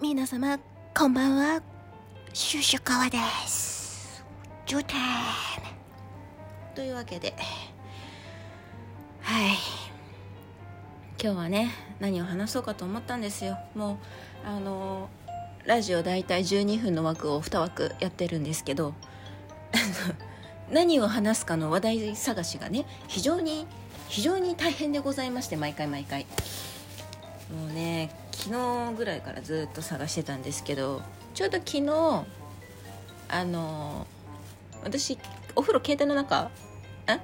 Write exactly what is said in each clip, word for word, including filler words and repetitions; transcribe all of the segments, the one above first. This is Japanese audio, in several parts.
皆様こんばんは、シュシュカワです。ジュテームというわけで、はい、今日はね何を話そうかと思ったんですよ。もうあのラジオだいたいじゅうにふんの枠をに枠やってるんですけど何を話すかの話題探しがね非常に非常に大変でございまして、毎回毎回もうね昨日ぐらいからずっと探してたんですけど、ちょうど昨日あの私お風呂携帯の中あ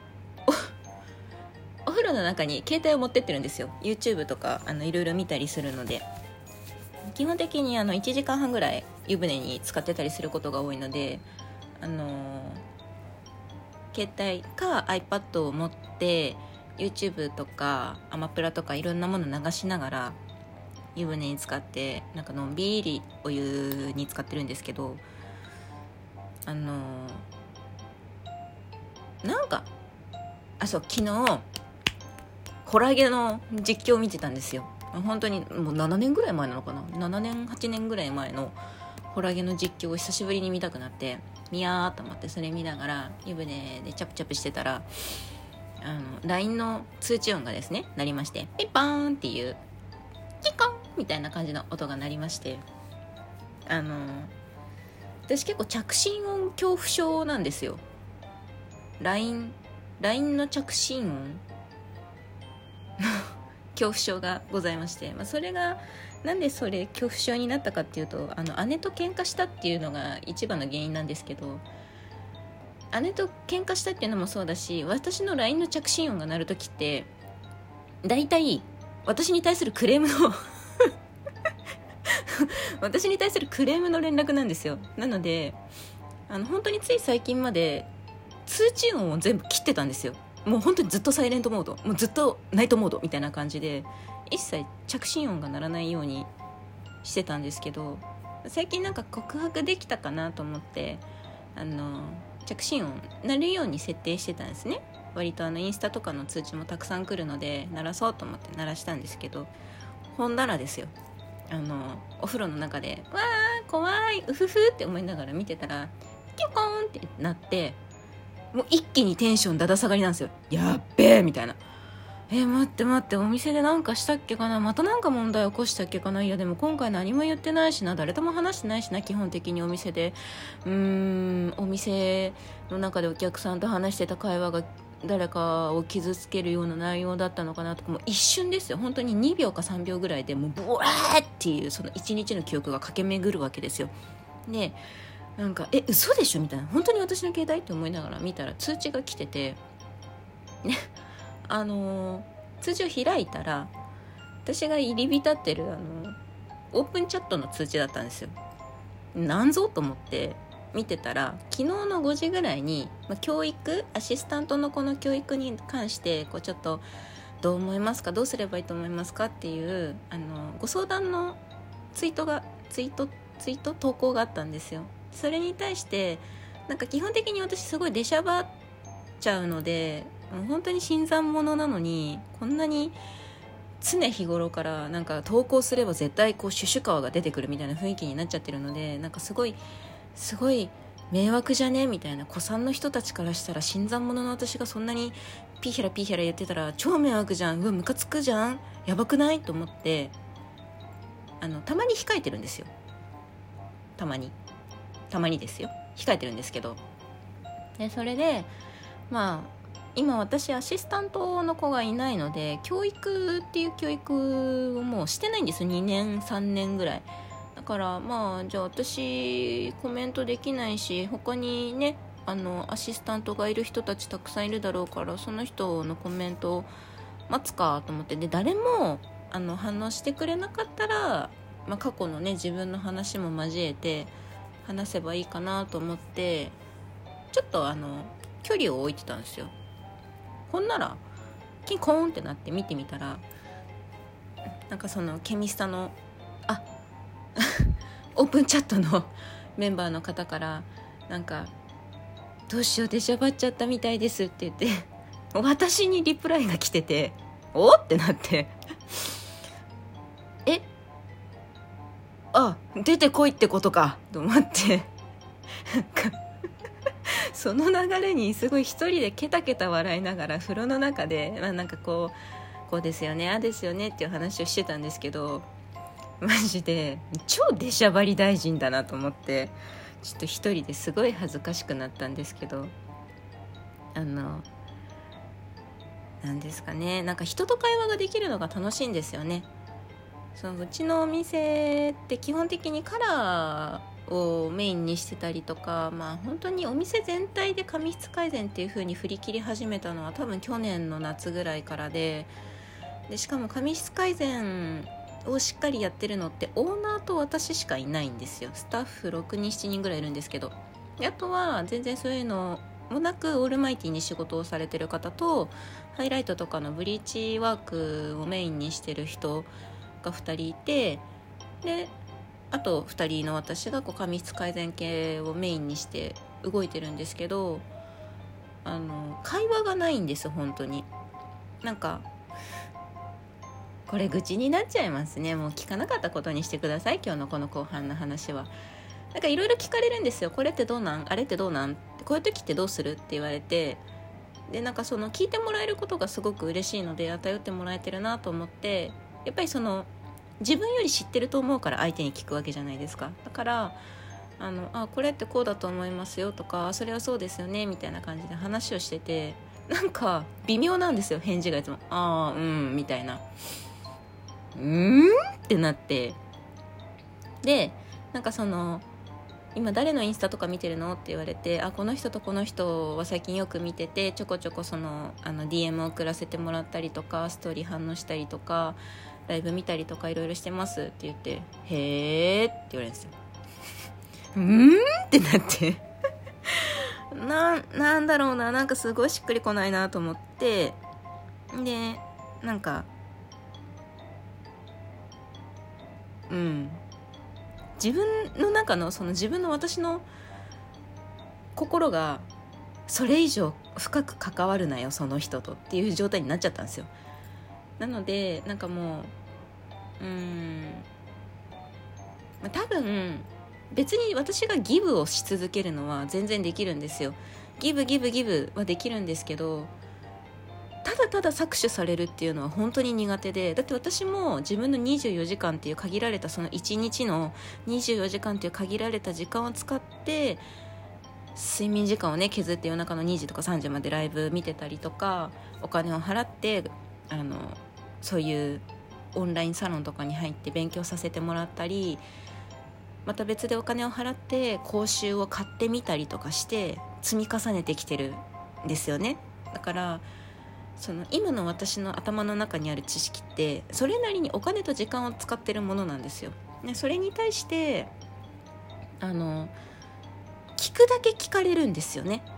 お, お風呂の中に携帯を持ってってるんですよ。 YouTube とかあのいろいろ見たりするので、基本的にあのいちじかんはんぐらい湯船に使ってたりすることが多いので、あの携帯か iPad を持って YouTube とかアマプラとかいろんなもの流しながら湯船に使ってなんかのんびりお湯に使ってるんですけど、あのなんかあそう昨日ホラゲの実況を見てたんですよ。本当にもうななねんぐらい前なのかな、ななねんはちねんぐらい前のホラゲの実況を久しぶりに見たくなって見やーと思って、それ見ながら湯船でチャプチャプしてたら、あの ライン の通知音がですね鳴りまして、ピッパーンっていうキコンみたいな感じの音が鳴りまして、あの私結構着信音恐怖症なんですよ。 ライン ライン の着信音恐怖症がございまして、まあ、それがなんでそれ恐怖症になったかっていうと、あの姉と喧嘩したっていうのが一番の原因なんですけど、姉と喧嘩したっていうのもそうだし、私の ライン の着信音が鳴るときってだいたい私に対するクレームの私に対するクレームの連絡なんですよ。なのであの本当につい最近まで通知音を全部切ってたんですよ。もう本当にずっとサイレントモード、もうずっとナイトモードみたいな感じで一切着信音が鳴らないようにしてたんですけど、最近なんか告白できたかなと思ってあの着信音鳴るように設定してたんですね。割とあのインスタとかの通知もたくさん来るので鳴らそうと思って鳴らしたんですけど、ほんだらですよ、あのお風呂の中でわー怖いうふふって思いながら見てたらキュコーンってなって、もう一気にテンションだだ下がりなんですよ。やっべーみたいな、えー、待って待って、お店でなんかしたっけかな、またなんか問題起こしたっけかな、いやでも今回何も言ってないしな、誰とも話してないしな、基本的にお店でうーんお店の中でお客さんと話してた会話が誰かを傷つけるような内容だったのかなとか、もう一瞬ですよ、本当ににびょうかさんびょうぐらいでもうブワーっていうその一日の記憶が駆け巡るわけですよ。でなんかえ嘘でしょみたいな、本当に私の携帯って思いながら見たら通知が来ててね、あのー、通知を開いたら私が入り浸ってるあのオープンチャットの通知だったんですよ。なんぞと思って見てたら、昨日のごじぐらいに、まあ、教育アシスタントの子の教育に関してこうちょっとどう思いますか、どうすればいいと思いますかっていうあのご相談のツイートがツイートツイート投稿があったんですよ。それに対してなんか基本的に私すごい出しゃばっちゃうので、もう本当に新参者なのにこんなに常日頃からなんか投稿すれば絶対こうシュシュカワが出てくるみたいな雰囲気になっちゃってるので、なんかすごいすごい迷惑じゃねみたいな、古参の人たちからしたら新参者の私がそんなにピーヒャラピーヒャラ言ってたら超迷惑じゃん、うわムカつくじゃん、やばくないと思ってあのたまに控えてるんですよ。たまにたまにですよ控えてるんですけど、でそれでまあ今私アシスタントの子がいないので教育っていう教育をもうしてないんですよ、にねんさんねんぐらいだから、まあじゃあ私コメントできないし、他にねあのアシスタントがいる人たちたくさんいるだろうから、その人のコメントを待つかと思って、で誰もあの反応してくれなかったら、まあ、過去のね自分の話も交えて話せばいいかなと思ってちょっとあの距離を置いてたんですよ。ほんならキンコーンってなって見てみたら、なんかそのケミスタのあオープンチャットのメンバーの方からなんかどうしよう出しゃばっちゃったみたいですって言って私にリプライが来てて、おってなってえあ出てこいってことかと思ってなんかその流れにすごい一人でケタケタ笑いながら風呂の中で、まあ、なんかこうこうですよねあですよねっていう話をしてたんですけど、マジで超出しゃばり大臣だなと思って、ちょっと一人ですごい恥ずかしくなったんですけど、あのなんですかね、なんか人と会話ができるのが楽しいんですよね。そのうちのお店って基本的にカラーをメインにしてたりとか、まあ本当にお店全体で髪質改善っていう風に振り切り始めたのは多分去年の夏ぐらいからで、でしかも髪質改善をしっかりやってるのってオーナーと私しかいないんですよ。スタッフろくにんしちにんぐらいいるんですけど、であとは全然そういうのもなくオールマイティに仕事をされてる方と、ハイライトとかのブリーチワークをメインにしてる人がふたりいて、であとふたりの私がこう髪質改善系をメインにして動いてるんですけど、あの会話がないんです。本当になんかこれ愚痴になっちゃいますね。もう聞かなかったことにしてください、今日のこの後半の話は。なんかいろいろ聞かれるんですよ。これってどうなん、あれってどうなん、こういう時ってどうするって言われて、でなんかその聞いてもらえることがすごく嬉しいので、頼ってもらえてるなと思って、やっぱりその自分より知ってると思うから相手に聞くわけじゃないですか。だからあのあこれってこうだと思いますよとか、それはそうですよねみたいな感じで話をしてて、なんか微妙なんですよ返事がいつも。ああうんみたいな、うーんってなって、でなんかその今誰のインスタとか見てるのって言われて、あこの人とこの人は最近よく見てて、ちょこちょこそのあの ディーエム 送らせてもらったりとか、ストーリー反応したりとかライブ見たりとかいろいろしてますって言って、へーって言われるんですよ。うーんってなってな, なんだろうな、なんかすごいしっくりこないなと思って、でなんかうん自分の中のその自分の私の心がそれ以上深く関わるなよその人とっていう状態になっちゃったんですよ。なのでなんかもううーん、まあ、多分別に私がギブをし続けるのは全然できるんですよ。ギブギブギブはできるんですけど、ただただ搾取されるっていうのは本当に苦手で、だって私も自分のにじゅうよじかんっていう限られたそのいちにちのにじゅうよじかんっていう限られた時間を使って睡眠時間をね削って夜中のにじとかさんじまでライブ見てたりとか、お金を払ってあのそういうオンラインサロンとかに入って勉強させてもらったり、また別でお金を払って講習を買ってみたりとかして積み重ねてきてるんですよね。だからその今の私の頭の中にある知識ってそれなりにお金と時間を使ってるものなんですよ。でそれに対してあの聞くだけ聞かれるんですよね。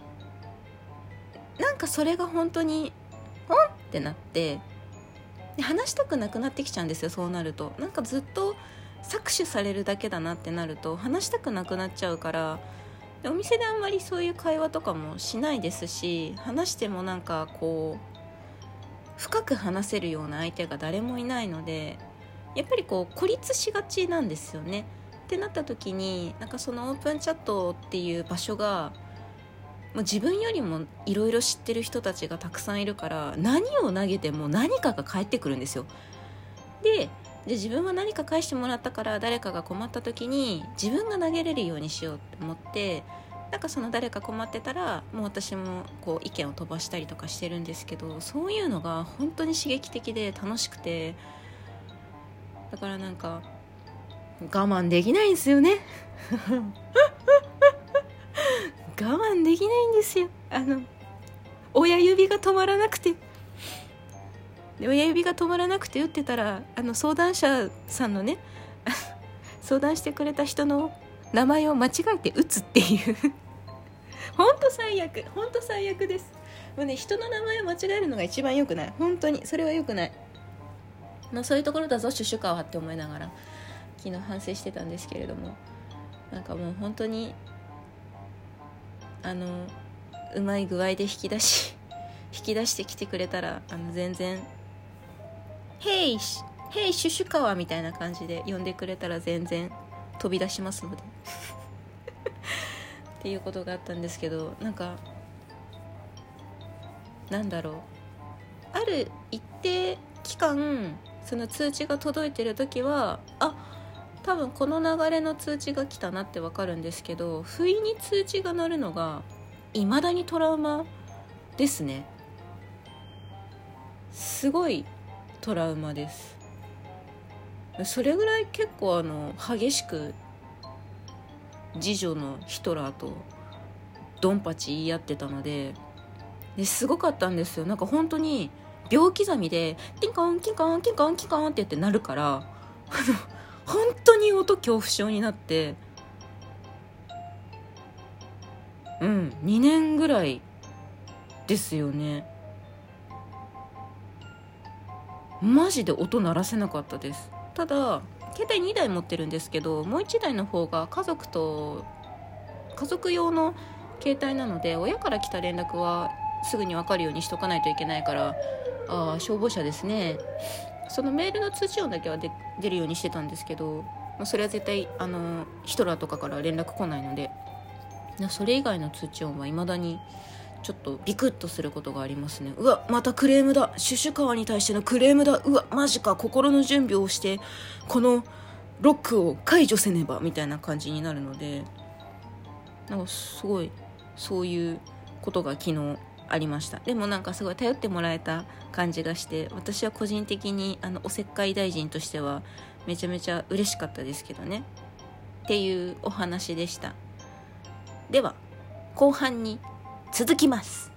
なんかそれが本当にポンってなって、で話したくなくなってきちゃうんですよ。そうなるとなんかずっと搾取されるだけだなってなると話したくなくなっちゃうから、お店であんまりそういう会話とかもしないですし、話してもなんかこう深く話せるような相手が誰もいないので、やっぱりこう孤立しがちなんですよね。ってなった時になんかそのオープンチャットっていう場所がもう自分よりもいろいろ知ってる人たちがたくさんいるから、何を投げても何かが返ってくるんですよ。でで自分は何か返してもらったから、誰かが困った時に自分が投げれるようにしようって思って、なんかその誰か困ってたらもう私もこう意見を飛ばしたりとかしてるんですけど、そういうのが本当に刺激的で楽しくて、だからなんか我慢できないんですよね我慢できないんですよ。あの親指が止まらなくてで親指が止まらなくて打ってたら、あの相談者さんのね相談してくれた人の名前を間違えて打つっていう本当最悪、本当最悪です。もうね、人の名前を間違えるのが一番良くない。本当にそれは良くない。まあ、そういうところだぞシュシュカはって思いながら昨日反省してたんですけれども、なんかもう本当にあのうまい具合で引き出し引き出してきてくれたら、あの全然「ヘイヘイシュシュカワみたいな感じで呼んでくれたら全然飛び出しますのでっていうことがあったんですけど、なんかなんだろう、ある一定期間その通知が届いてる時は、あ、多分この流れの通知が来たなってわかるんですけど、不意に通知が鳴るのが未だにトラウマですね。すごいトラウマです。それぐらい結構あの激しく次女のヒトラーとドンパチ言い合ってたので、ですごかったんですよ。なんか本当に秒刻みでキンコンキンコンキンコンキンコンって言って鳴るから、本当に音恐怖症になって、うんにねんぐらいですよね。マジで音鳴らせなかったです。ただ携帯にだい持ってるんですけど、もういちだいの方が家族と家族用の携帯なので、親から来た連絡はすぐに分かるようにしとかないといけないから、ああ消防車ですね、そのメールの通知音だけはで出るようにしてたんですけど、まあ、それは絶対あのヒトラーとかから連絡来ないので、それ以外の通知音は未だにちょっとビクッとすることがありますね。うわまたクレームだ、シュシュカワに対してのクレームだ、うわマジか、心の準備をしてこのロックを解除せねばみたいな感じになるので、なんかすごいそういうことが昨日ありました。でもなんかすごい頼ってもらえた感じがして、私は個人的にあのおせっかい大臣としてはめちゃめちゃ嬉しかったですけどねっていうお話でした。では後半に続きます。